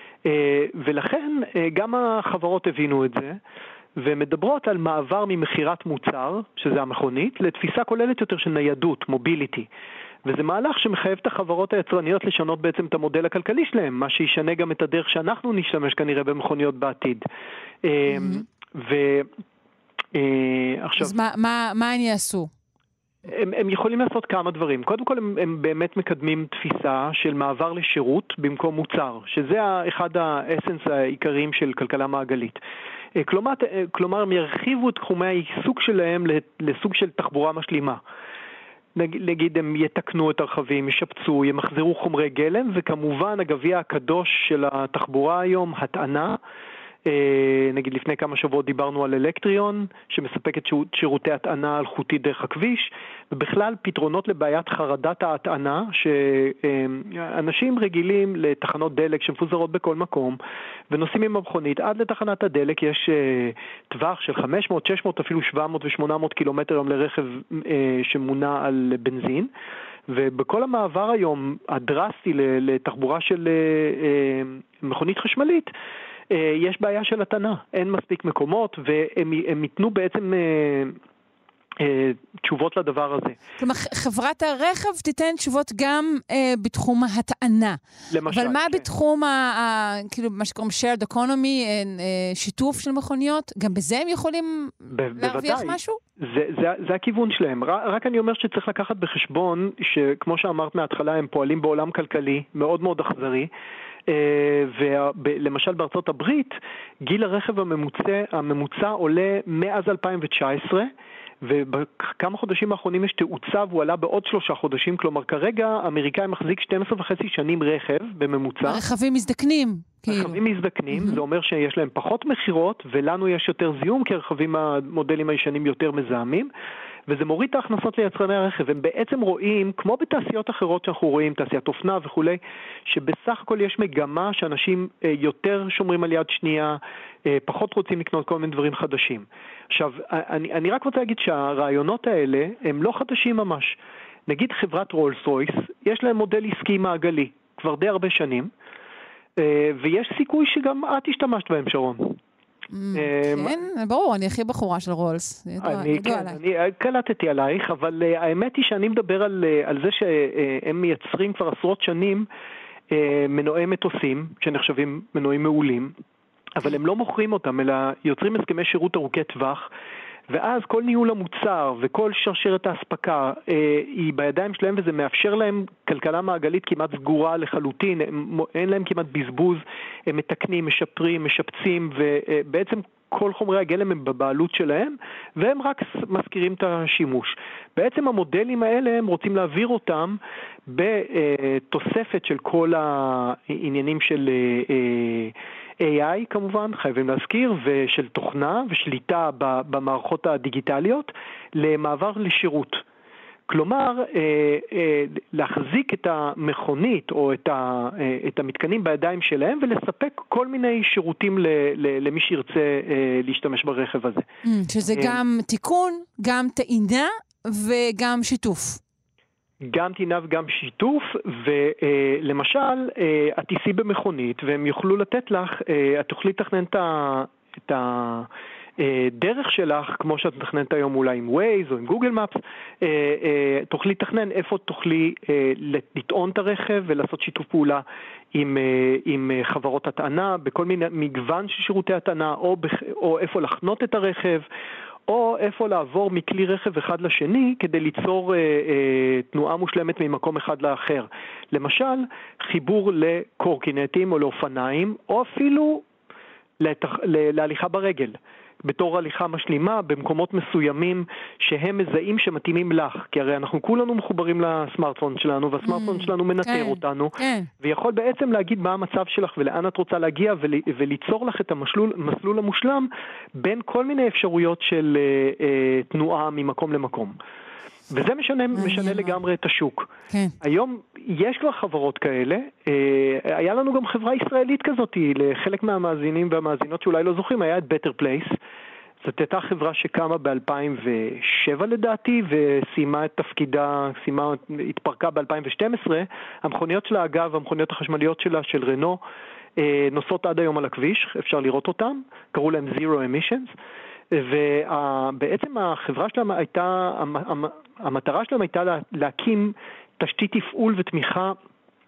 ולכן גם החברות הבינו את זה, ומדברות על מעבר ממחירת מוצר, שזה המכונית, לתפיסה כוללת יותר של ניידות, מוביליטי. וזה מהלך שמחייב את החברות היצרניות לשנות בעצם את המודל הכלכלי שלהם, מה שישנה גם את הדרך שאנחנו נשתמש כנראה במכוניות בעתיד. ו... אז מה, מה, מה אני אעשו? הם, הם יכולים לעשות כמה דברים. קודם כל הם, הם באמת מקדמים תפיסה של מעבר לשירות במקום מוצר, שזה אחד האסנס העיקריים של כלכלה מעגלית. כלומר, כלומר הם ירחיבו את תחומי העיסוק שלהם לסוג של תחבורה משלימה. נגיד הם יתקנו את הרכבים, ישפצו, ימחזרו חומרי גלם, וכמובן הגביע הקדוש של התחבורה היום, הטענה. נגיד לפני כמה שבועות דיברנו על אלקטריון, שמספקת שירותי הטענה אלחוטית דרך הכביש, ובכלל פתרונות לבעיית חרדת ההטענה, שאנשים רגילים לתחנות דלק שמפוזרות בכל מקום, ונוסעים עם המכונית עד לתחנת הדלק, יש טווח של חמש מאות, שש מאות, אפילו שבע מאות ו-שמונה מאות קילומטר היום לרכב שמונע על בנזין, ובכל המעבר היום הדרסטי לתחבורה של מכונית חשמלית, יש בעיה של הטענה, אין מספיק מקומות, והם ייתנו בעצם תשובות לדבר הזה. כלומר, חברת הרכב תיתן תשובות גם בתחום הטענה. למשל, אבל מה בתחום, כאילו, מה שקוראים shared economy, שיתוף של מכוניות, גם בזה הם יכולים להרוויח משהו? זה הכיוון שלהם. רק אני אומר שצריך לקחת בחשבון, שכמו שאמרת מההתחלה, הם פועלים בעולם כלכלי מאוד מאוד אכזרי, ולמשל בארצות הברית גיל הרכב הממוצע, הממוצע עולה מאז אלפיים תשע עשרה, ובכמה חודשים האחרונים יש תאוצה והוא עלה בעוד שלושה חודשים, כלומר כרגע האמריקאי מחזיק שתים עשרה וחצי שנים רכב בממוצע. הרכבים מזדקנים. הרכבים מזדקנים, זה אומר שיש להם פחות מחירות ולנו יש יותר זיהום, כי הרכבים המודלים הישנים יותר מזהמים, וזה מוריד את ההכנסות ליצרני הרכב. הם בעצם רואים, כמו בתעשיות אחרות שאנחנו רואים, תעשיית אופנה וכו', שבסך הכל יש מגמה שאנשים יותר שומרים על יד שנייה, פחות רוצים לקנות כל מיני דברים חדשים. עכשיו, אני, אני רק רוצה להגיד שהרעיונות האלה הם לא חדשים ממש. נגיד חברת רולס רויס, יש להם מודל עסקי מעגלי, כבר די הרבה שנים, ויש סיכוי שגם את השתמשת בהם, שרון. כן, ברור, אני הכי בחורה של רולס. אני קלטתי עלייך, אבל האמת היא שאני מדבר על זה שהם מייצרים כבר עשרות שנים מנועי מטוסים, שנחשבים מנועים מעולים, אבל הם לא מוכרים אותם, אלא יוצרים הסכמי שירות ארוכי טווח, ואז כל ניהול המוצר וכל שרשרת ההספקה אה, היא בידיים שלהם, וזה מאפשר להם כלכלה מעגלית כמעט סגורה לחלוטין, הם, אין להם כמעט בזבוז, הם מתקנים, משפרים, משפצים, ובעצם כל חומרי הגלם הם בבעלות שלהם, והם רק מזכירים את השימוש. בעצם המודלים האלה הם רוצים להעביר אותם בתוספת של כל העניינים של איי איי כמובן, חייבים להזכיר, ושל תוכנה ושליטה במערכות הדיגיטליות, למעבר לשירות. כלומר, להחזיק את המכונית או את המתקנים בידיים שלהם ולספק כל מיני שירותים למי שירצה להשתמש ברכב הזה. שזה גם תיקון, גם טעינה וגם שיתוף. גם טעינה וגם שיתוף, ולמשל, את תיסעי במכונית והם יוכלו לתת לך, את תוכלי לתכנן את ה... דרך שלך, כמו שאת מתכננת היום אולי עם Waze או עם Google Maps, תוכלי לתכנן איפה תוכלי לטעון את הרכב ולעשות שיתוף פעולה עם, עם חברות הטענה, בכל מיני מגוון של שירותי הטענה, או, או איפה לחנות את הרכב, או איפה לעבור מכלי רכב אחד לשני כדי ליצור אה, אה, תנועה מושלמת ממקום אחד לאחר. למשל, חיבור לקורקינטים או לאופניים, או אפילו לתח... להליכה ברגל. בתור הליכה משלימה במקומות מסוימים שהם מזהים שמתאימים לך, כי הרי אנחנו כולנו מחוברים לסמארטפון שלנו, והסמארטפון mm, שלנו מנטר כן, אותנו, כן. ויכול בעצם להגיד מה המצב שלך ולאן את רוצה להגיע, ול, וליצור לך את המסלול המושלם בין כל מיני אפשרויות של אה, אה, תנועה ממקום למקום. וזה משנה, משנה לגמרי את השוק. כן. היום יש כבר חברות כאלה, אה, היה לנו גם חברה ישראלית כזאת, לחלק מהמאזינים והמאזינות שאולי לא זוכרים, היה את Better Place, זאת הייתה חברה שקמה ב-אלפיים ושבע לדעתי, וסיימה את תפקידה, סיימה, התפרקה ב-אלפיים ושתים עשרה, המכוניות שלה אגב, המכוניות החשמליות שלה של רנו, אה, נוסעות עד היום על הכביש, אפשר לראות אותם, קראו להם Zero Emissions, ובעצם החברה שלהם הייתה, המטרה שלהם הייתה להקים תשתית תפעול ותמיכה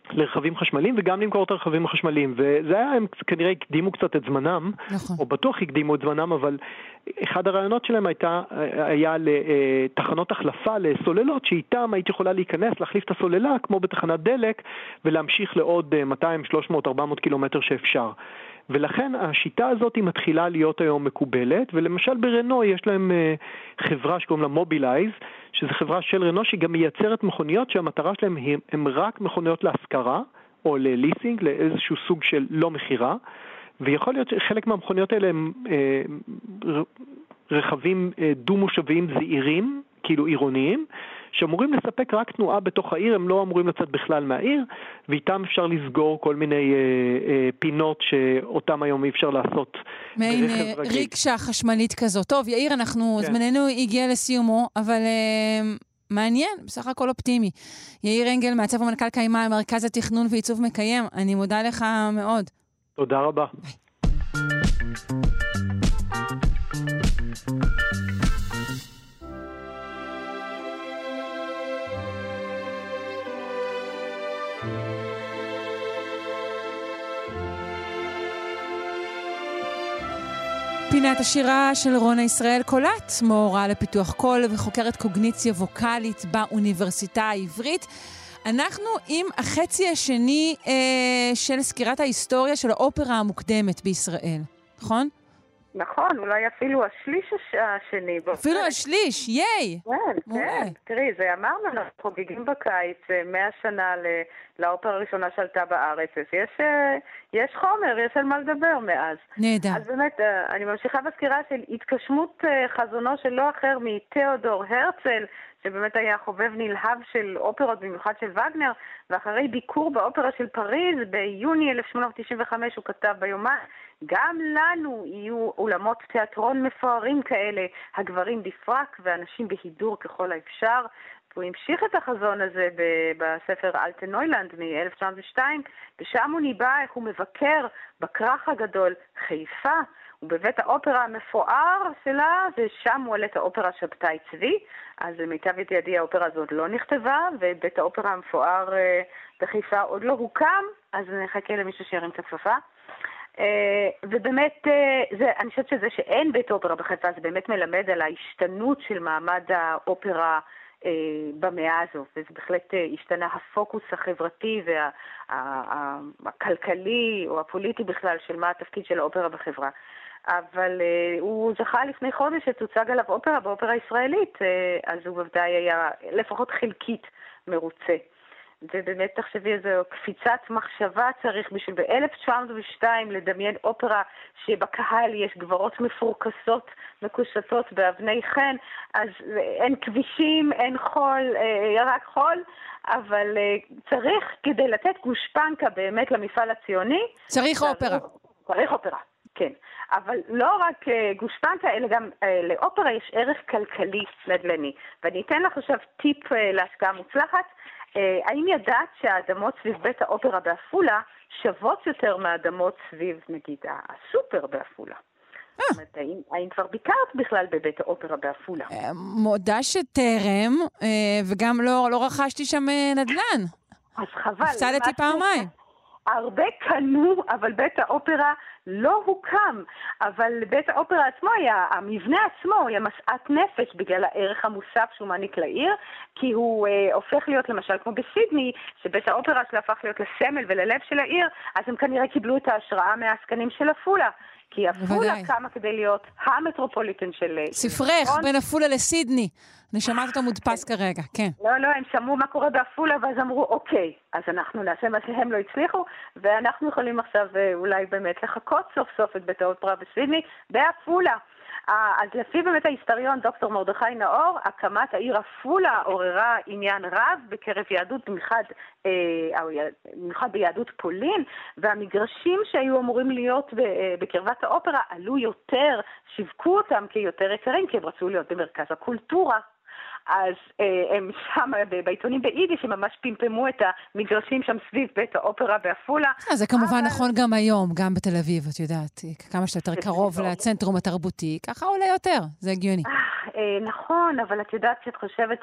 לרכבים חשמליים, וגם למכור את הרכבים החשמליים. וזה היה, הם כנראה הקדימו קצת את זמנם, נכון. או בטוח הקדימו את זמנם, אבל אחד הרעיונות שלהם הייתה, היה לתחנות החלפה לסוללות, שאיתם היית יכולה להיכנס, להחליף את הסוללה, כמו בתחנת דלק, ולהמשיך לעוד מאתיים, שלוש מאות, ארבע מאות קילומטר שאפשר. ולכן השיטה הזאת היא מתחילה להיות היום מקובלת, ולמשל ברנו יש להם חברה שקוראים לה מובילייז, שזו חברה של רנו שגם מייצרת מכוניות שהמטרה שלהם הם רק מכוניות להשכרה, או לליסינג, לאיזשהו סוג של לא מחירה, ויכול להיות שחלק מהמכוניות האלה הם רכבים דו-מושביים זעירים, כאילו עירוניים, שאמורים לספק רק תנועה בתוך העיר, הם לא אמורים לצאת בכלל מהעיר, ואיתם אפשר לסגור כל מיני אה, אה, פינות שאותם היום אי אפשר לעשות מעין ריקשה חשמלית כזאת. טוב, יאיר, אנחנו, כן. זמננו הגיע לסיומו, אבל אה, מעניין, בסך הכל אופטימי. יאיר אנגל, מעצב המנכ"ל קיימה, מרכז התכנון ועיצוב מקיים, אני מודה לך מאוד. תודה רבה. ביי. פינת השירה של רונה ישראל קולט, מורה לפיתוח קול וחוקרת קוגניציה ווקלית באוניברסיטה העברית. אנחנו עם החצי השני אה, של סקירת ההיסטוריה של האופרה המוקדמת בישראל, נכון? נכון, אולי אפילו השליש השני. אפילו השליש, ייי! כן, כן. תראי, זה אמרנו, אנחנו חוגגים בקיץ מאה שנה לאופרה הראשונה שעלתה בארץ. יש, יש חומר, יש על מה לדבר מאז. נהדר. אז באמת, אני ממשיכה בסקירה של התגשמות חזונו של לא אחר מתיאודור הרצל, שבאמת היה חובב נלהב של אופרות, במיוחד של וגנר, ואחרי ביקור באופרה של פריז, ביוני אלף שמונה מאות תשעים וחמש, הוא כתב ביומן, גם לנו יהיו אולמות תיאטרון מפוארים כאלה, הגברים בפרק ואנשים בהידור ככל האפשר. הוא המשיך את החזון הזה בספר אלטה נוילנד מ-אלף תשע מאות ושתיים, ושם הוא ניבא איך הוא מבקר בכרך הגדול חיפה, ובבית האופרה המפואר שלה, ושם הוא עלה את האופרה שבתאי צבי. אז למיטב ידיעתי האופרה הזאת לא נכתבה, ובית האופרה המפואר בחיפה עוד לא הוקם, אז נחכה למישהו שירים את הכפפה. ובאמת, זה, אני חושבת שזה שאין בית אופרה בחיפה, זה באמת מלמד על ההשתנות של מעמד האופרה במאה הזו, וזה בהחלט השתנה הפוקוס החברתי והכלכלי או הפוליטי בכלל של מה התפקיד של האופרה בחברה. אבל uh, הוא זכה לפני חודש שתוצג עליו אופרה באופרה הישראלית, uh, אז הוא בוודאי היה לפחות חלקית מרוצה. ובאמת תחשבי איזו קפיצת מחשבה צריך בשביל ב-אלף תשע מאות ושתיים לדמיין אופרה שבקהל יש גברות מפורקסות, מקושטות באבני חן, אז אין כבישים, אין חול, רק חול, אבל צריך כדי לתת גושפנקה באמת למפעל הציוני. צריך אופרה. צריך אופרה, כן. אבל לא רק גושפנקה, אלא גם לאופרה יש ערך כלכלי נדל"ני. ואני אתן לך עכשיו טיפ להשקעה מוצלחת. האם ידעת שהאדמות סביב בית האופרה בעפולה שוות יותר מהאדמות סביב, נגיד, הסופר בעפולה? זאת אומרת, האם, האם כבר ביקרת בכלל בבית האופרה בעפולה? מודה שטרם, וגם לא, לא רכשתי שם נדל"ן. אז חבל. הפסדתי פעמיים. הרבה קנו, אבל בית האופרה לא הוקם. אבל בית האופרה עצמו היה, המבנה עצמו היה משאת נפש בגלל הערך המוסף שהוא מעניק לעיר, כי הוא אה, הופך להיות למשל כמו בסידני, שבית האופרה שלה הפך להיות לסמל וללב של העיר, אז הם כנראה קיבלו את ההשראה מהעסקנים של אפולה. כי אפולה קמה כדי להיות המטרופוליטן של... ספרך בין אפולה לסידני. אני שמעת אותו מודפס כרגע, כן. לא, לא, הם שמעו מה קורה באפולה, ואז אמרו, אוקיי, אז אנחנו נעשה מה שהם לא הצליחו, ואנחנו יכולים עכשיו אולי באמת לחכות סוף סוף את בית האופרה בסידני, באפולה. אז לפי באמת ההיסטוריון דוקטור מרדכי נאור, הקמת העיר אפולה עוררה עניין רב בקרב יהדות, במיוחד, אה, במיוחד ביהדות פולין, והמגרשים שהיו אמורים להיות בקרבת האופרה עלו יותר, שיווקו אותם כיותר יקרים, כי הם רצו להיות במרכז הקולטורה. אז אה, הם שם בעיתונים ביידיש, הם ממש פמפמו את המגרשים שם סביב בית האופרה באפולה. זה כמובן אבל... נכון גם היום, גם בתל אביב, את יודעת, כמה שאתה יותר קרוב לצנטרום התרבותי, ככה עולה יותר, זה הגיוני. נכון, אבל את יודעת שאת חושבת,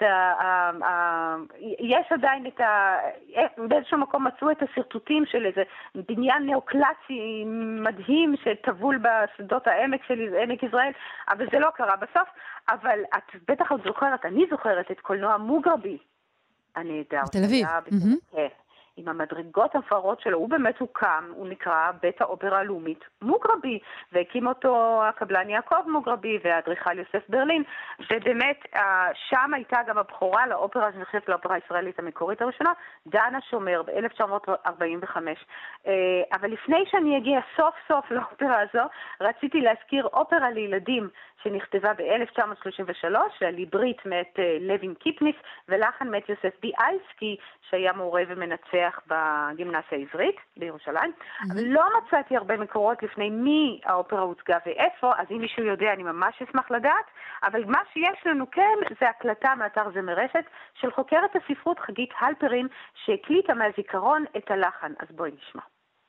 יש עדיין את ה... באיזשהו מקום מצאו את הסרטוטים של איזה בניין נאוקלאסי מדהים שטבול בשדות העמק של עמק יזרעאל, אבל זה לא קרה בסוף. אבל את בטח עוד זוכרת, אני זוכרת את קולנוע מוגרבי הנהדר. בתל אביב. כן. עם המדרגות המפוארות שלו, הוא באמת הוקם, הוא נקרא בית האופרה הלאומית מוגרבי, והקים אותו הקבלן יעקב מוגרבי והאדריכל יוסף ברלין, ובאמת שם הייתה גם הבכורה לאופרה שנחשבת לאופרה הישראלית המקורית הראשונה, דנה שומר ב-אלף תשע מאות ארבעים וחמש. אבל לפני שאני אגיע סוף סוף לאופרה הזו, רציתי להזכיר אופרה לילדים שנכתבה ב-אלף תשע מאות שלושים ושלוש, הליברית מאת לוין קיפניס ולחן מאת יוסף ביאלסקי, שהיה מעורב ומנצח בגימנסיה העברית בירושלים. Mm-hmm. אבל לא מצאתי הרבה מקורות לפני מי האופרה הוצגה ואיפה, אז אם מישהו יודע אני ממש אשמח לדעת, אבל מה שיש לנו כן זה הקלטה מאתר זמרשת של חוקרת הספרות חגית הלפרין, שהקליטה מהזיכרון את הלחן. אז בואי נשמע.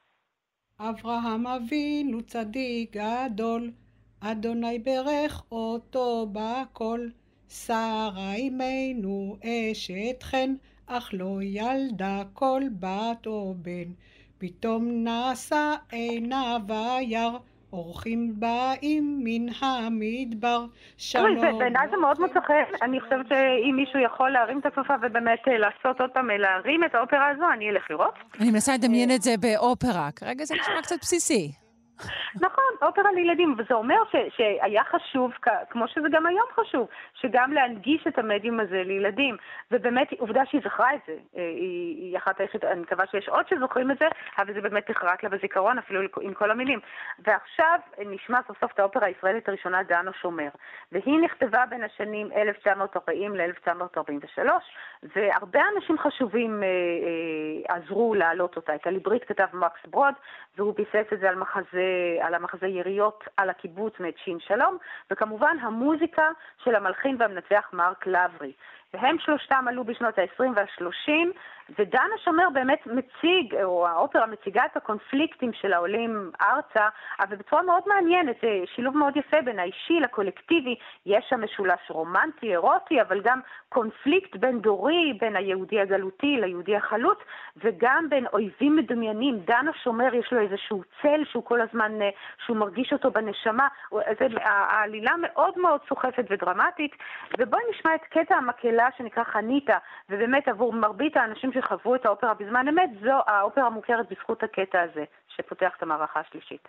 אברהם אבינו צדיק גדול, אדוני ברך אותו בכל, שרה אימנו אשת חן, אך לא ילדה כל בת או בן, פתאום נעשה עיניו היער, אורחים באים מן המדבר. שלום. בעיניי זה מאוד מוצא חן. אני חושבת שאם מישהו יכול להרים את הכפפה ובאמת לעשות עוד פעם, להרים את האופרה הזו, אני אלך לראות. אני מנסה לדמיין את זה באופרה, כרגע זה נשמע קצת בסיסי. נכון, אופרה לילדים, וזה אומר ש- שהיה חשוב, כמו שזה גם היום חשוב, שגם להנגיש את המדיום הזה לילדים, ובאמת עובדה שהיא זכרה את זה, היא, היא אחת היחיד, אני מקווה שיש עוד שזוכרים את זה, אבל זה באמת נחרט לה בזיכרון, אפילו עם כל המילים. ועכשיו נשמע סוף סוף את האופרה הישראלית הראשונה, דנה שומר, והיא נכתבה בין השנים אלף תשע מאות ארבעים ל-אלף תשע מאות ארבעים ושלוש, והרבה אנשים חשובים אה, אה, עזרו להעלות אותה. את הליברית כתב מקס ברוד, והוא ביסס את זה על מחזה על המחזה יריות על הקיבוץ מאת שין שלום, וכמובן המוזיקה של המלחין והמנצח מרק לברי. והם שלושתם עלו בשנות ה-עשרים וה-שלושים, ודנה שומר באמת מציג, או האופרה מציגה את הקונפליקטים של העולים ארצה, אבל בצורה מאוד מעניינת, זה שילוב מאוד יפה בין האישי לקולקטיבי, יש שם משולש רומנטי, אירוטי, אבל גם קונפליקט בין דורי, בין היהודי הגלותי ליהודי החלוץ, וגם בין אויבים מדומיינים. דנה שומר יש לו איזשהו צל שהוא כל הזמן, שהוא מרגיש אותו בנשמה, זה, העלילה מאוד מאוד סוחפת ודרמטית, ובואי נשמע את קטע המקהלה שנקרא חניתה, ובאמת עבור מרבית האנשים שחוו את האופרה בזמן אמת, זו האופרה מוכרת בזכות הקטע הזה, שפותח את המערכה השלישית.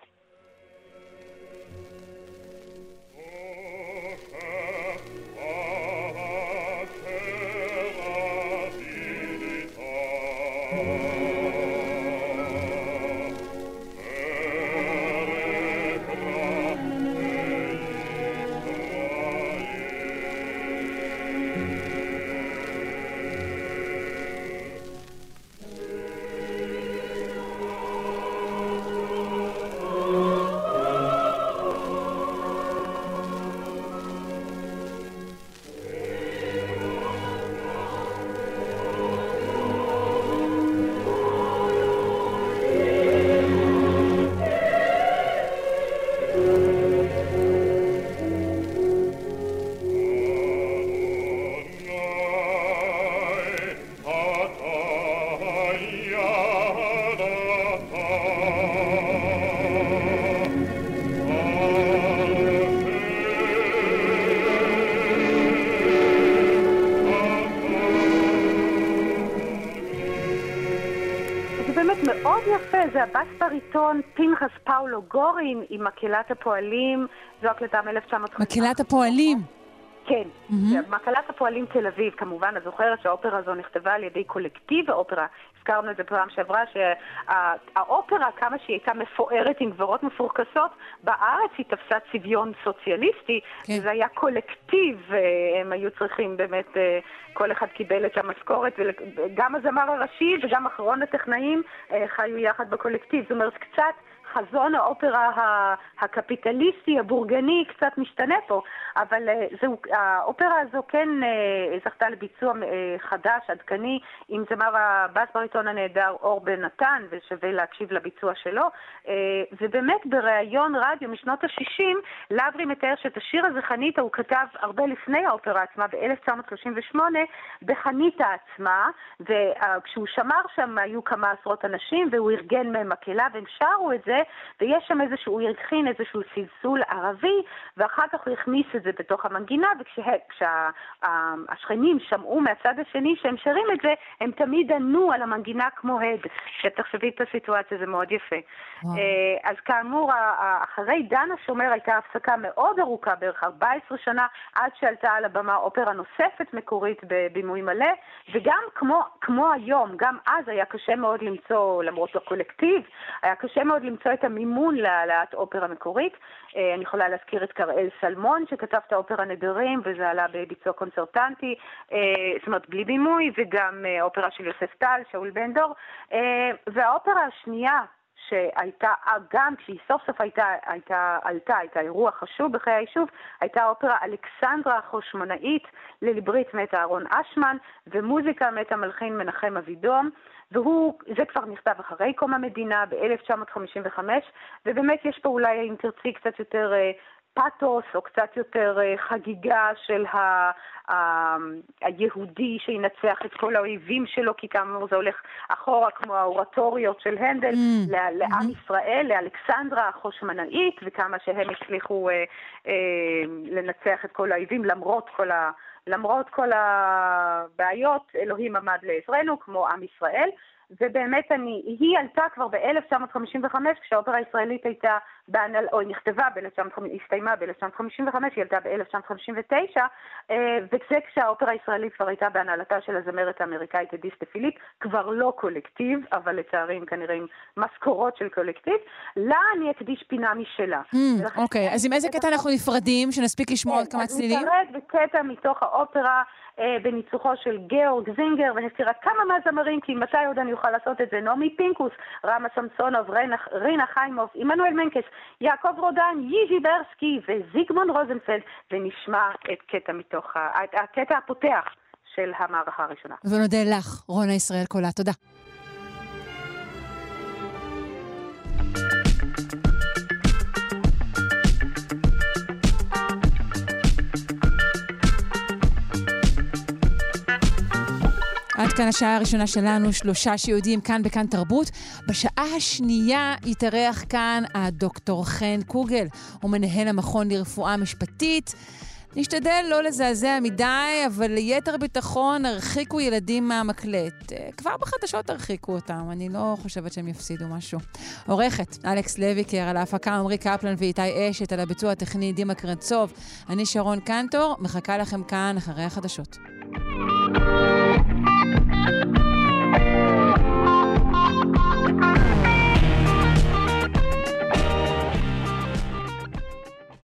זה הבאס בריטון פנחס פאולו גורין עם מקהלת הפועלים, זו הקלטה מ-אלף תשע מאות חמישים וחמש. מקהלת הפועלים? כן, mm-hmm. מקהלת הפועלים תל אביב, כמובן, את זוכרת שהאופרה הזו נכתבה על ידי קולקטיב האופרה, הזכרנו את זה פעם שעברה, שהאופרה, כמה שהיא הייתה מפוארת עם גברות מפורקסות, בארץ היא תפסה צביון סוציאליסטי, כן. זה היה קולקטיב, הם היו צריכים באמת, כל אחד קיבל את המשכורת, וגם הזמר הראשי וגם אחרון הטכנאים חיו יחד בקולקטיב, זאת אומרת קצת, חזון האופרה הקפיטליסטי, הבורגני, קצת משתנה פה, אבל זהו, האופרה הזו כן זכתה לביצוע חדש, עדכני, עם זמר הבאס בריטון הסרטון הנהדר אור בן נתן, ושווה להקשיב לביצוע שלו. ובאמת בראיון רדיו משנות ה-שישים, לברי מתאר שאת השיר הזה חניתה הוא כתב הרבה לפני האופרה עצמה, ב-אלף תשע מאות שלושים ושמונה, בחניתה עצמה, וכשהוא שמר שם היו כמה עשרות אנשים, והוא ארגן מהם מקהלה, והם שרו את זה, ויש שם איזשהו, הוא הכין איזשהו סלסול ערבי, ואחר כך הוא הכניס את זה בתוך המנגינה, וכשהשכנים שמעו מהצד השני שהם שרים את זה, הם תמיד ענו על המנגינה כמו הד. שתחשבי את הסיטואציה, זה מאוד יפה. וואו. אז כאמור, אחרי דן השומר הייתה הפסקה מאוד ארוכה, בערך ארבע עשרה שנה, עד שעלתה על הבמה אופרה נוספת מקורית בבימוי מלא, וגם כמו, כמו היום, גם אז היה קשה מאוד למצוא, למרות הקולקטיב, היה קשה מאוד למצוא את המימון להעלאת אופרה מקורית. אני יכולה להזכיר את קראל סלמון, שכתב את האופרה נדרים, וזה עלה בביצוע קונצרטנטי, זאת אומרת בלי בימוי, וגם האופרה של יוסף טל, שאול בן דור, והאופרה השנייה, שהייתה, גם כשהיא סוף סוף הייתה, הייתה, עלתה, הייתה אירוע חשוב בחיי היישוב, הייתה אופרה אלכסנדרה החושמונאית, לליברית מאת אהרון אשמן, ומוזיקה מאת המלחין מנחם אבידום, והוא, זה כבר נכתב אחרי קום המדינה ב-אלף תשע מאות חמישים וחמש, ובאמת יש פה אולי, אם תרצי, קצת יותר פאטוס, או קצת יותר חגיגה של ה, ה, היהודי שינצח את כל האויבים שלו, כי כאמור זה הולך אחורה כמו האורטוריות של הנדל, mm. לעם mm-hmm. ישראל, לאלכסנדרה החושמנאית, וכמה שהם הצליחו אה, אה, לנצח את כל האויבים, למרות כל ה... למרות כל הבעיות, אלוהים עמד לעזרנו, כמו עם ישראל, ובאמת אני, היא עלתה כבר ב-אלף תשע מאות חמישים וחמש, כשהאופרה הישראלית הייתה, בהנהל, או נכתבה, הסתיימה ב-אלף תשע מאות חמישים וחמש, היא עלתה ב-אלף תשע מאות חמישים ותשע, וזה כשהאופרה הישראלית כבר הייתה בהנהלתה של הזמרת האמריקאית אדיסטה פיליפ, כבר לא קולקטיב, אבל לצערי כנראה עם משכורות של קולקטיב, לה אני אקדיש פינה משלה. אוקיי, אז עם איזה קטע אנחנו נפרדים, שנספיק לשמוע עוד כמה צלילים? אני נפרד בקטע מתוך האופרה, בניצוחו של גאורג זינגר, ונזכיר רק כמה מהזמרים, כי מתי עוד אני אוכל לעשות את זה? נעמי פינקוס, רמה סמסונוב, רינה חיימוב, עמנואל מנקס, יעקב רודן, ייז'י ברסקי וזיגמונד רוזנפלד, ונשמע את קטע מתוך, הקטע הפותח של המערכה הראשונה. ונודה לך, רונה ישראל קולה. תודה. עד כאן השעה הראשונה שלנו, שלושה שיודעים כאן בכאן תרבות. בשעה השנייה יתארח כאן הדוקטור חן קוגל, הוא מנהל המכון לרפואה משפטית. נשתדל לא לזעזע מדי, אבל ליתר ביטחון הרחיקו ילדים מהמקלט. כבר בחדשות הרחיקו אותם, אני לא חושבת שהם יפסידו משהו. עורכת, אלכס לויקר, על ההפקה עמרי קפלן ואיתי אשת, על הביצוע הטכני דימה קרנצוב. אני שרון קנטור, מחכה לכם כאן אחרי החדשות.